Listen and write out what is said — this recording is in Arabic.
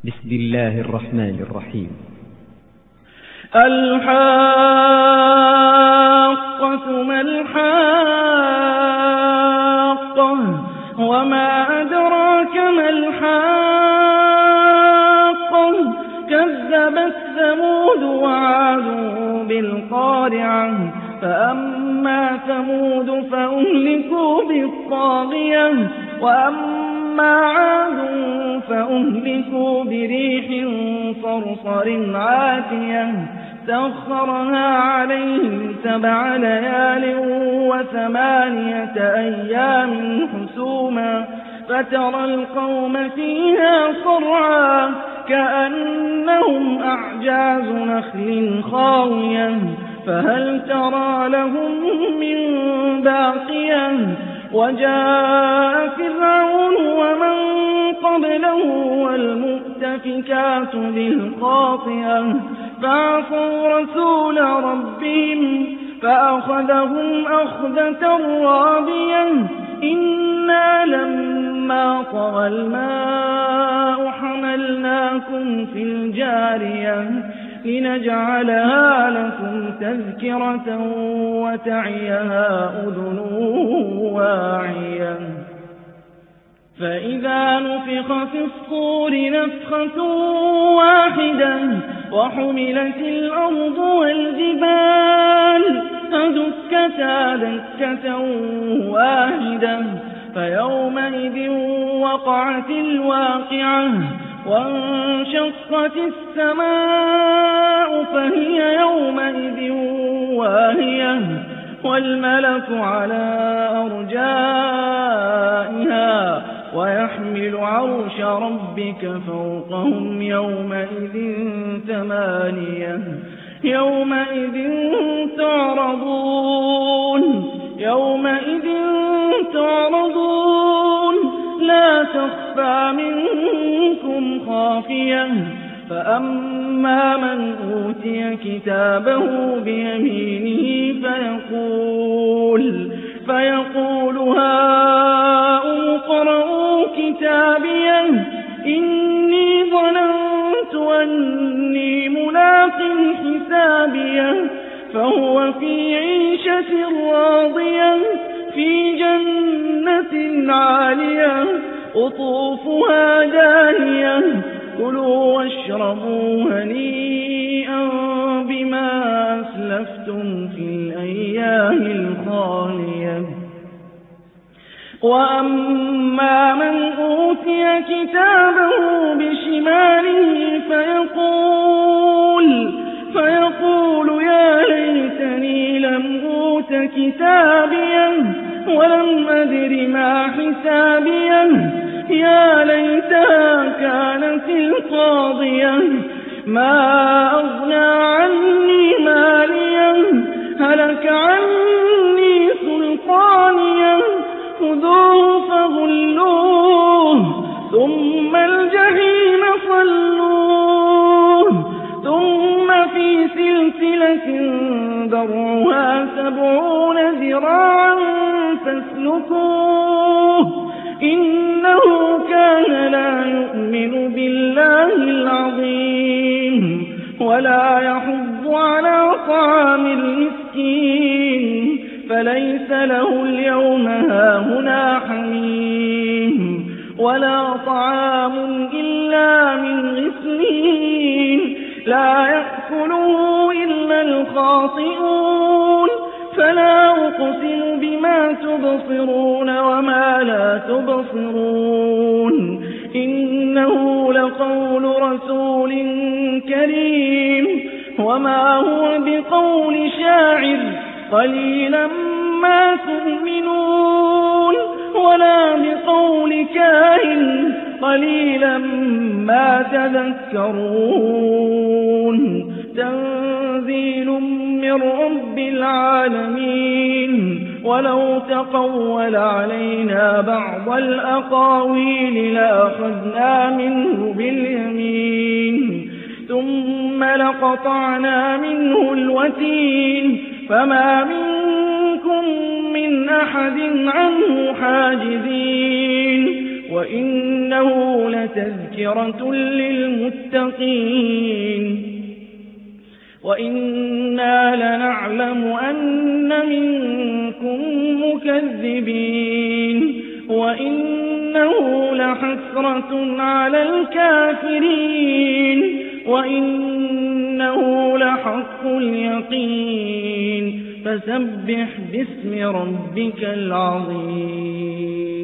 بسم الله الرحمن الرحيم. الحاقة ما الحاقة وما أدراك ما الحاقة كذبت ثمود وعاد بالقارعة فأما ثمود فأهلكوا بالطاغية وأما عاد فأهلكوا بريح صرصر عاتية سخرها عليهم 7 ليال و8 أيام حسوما فترى القوم فيها صرعا كأنهم أعجاز نخل خاوية فهل ترى لهم من باقية وجاء فرعون ومن قبله والمؤتفكات بالخاطئة فعصوا رسول ربهم فأخذهم أخذة رابية إنا لما طغى الماء حملناكم في الجارية لنجعلها لكم تذكرة وتعيها أذن واعية فإذا نفخ في الصور نفخة واحدة وحملت الأرض والجبال فدكتا دكة واحدة فيومئذ وقعت الواقعة وانشقت السماء فهي يومئذ واهية والملك على أرجائها ويحمل عرش ربك فوقهم يومئذ 8 يومئذ تعرضون لا تخفى منكم خافية فأما من أوتي كتابه بيمينه فيقول هاؤم اقرءوا كتابيه إني ظننت أني ملاق حسابيه فهو في عيشة راضية في جنة عالية قطوفها دانية كلوا واشربوا هنيئا بما أسلفتم في الأيام الخالية وأما من أوتي كتابه بشماله فيقول يا ليتني لم أوت كتابيه ولم أدر ما حسابيه يا ليتها كانت القاضية ما أغنى عني ماليه هلك عني سلطانيه خذوه فغلوه ثم الجحيم صلوه ثم في سلسلة ذرعها 70 ذراعا فاسلكوه إنه كان لا يؤمن بالله العظيم ولا يحض على طعام المسكين فليس له اليوم هاهنا حميم ولا طعام إلا من غسلين لا يأكله إلا الخاطئون فلا أقسم بما تبصرون وما لا تبصرون إنه لقول رسول كريم وما هو بقول شاعر قليلا ما تؤمنون ولا بقول كاهن قليلا ما تذكرون تنزيل من رب العالمين ولو تقول علينا بعض الأقاويل لأخذنا منه باليمين ثم لقطعنا منه الوتين فما منكم من أحد عنه حاجزين وإنه لتذكرة للمتقين وإنا لنعلم أن منكم مكذبين وإنه لحسرة على الكافرين وإنه لحق اليقين فسبح باسم ربك العظيم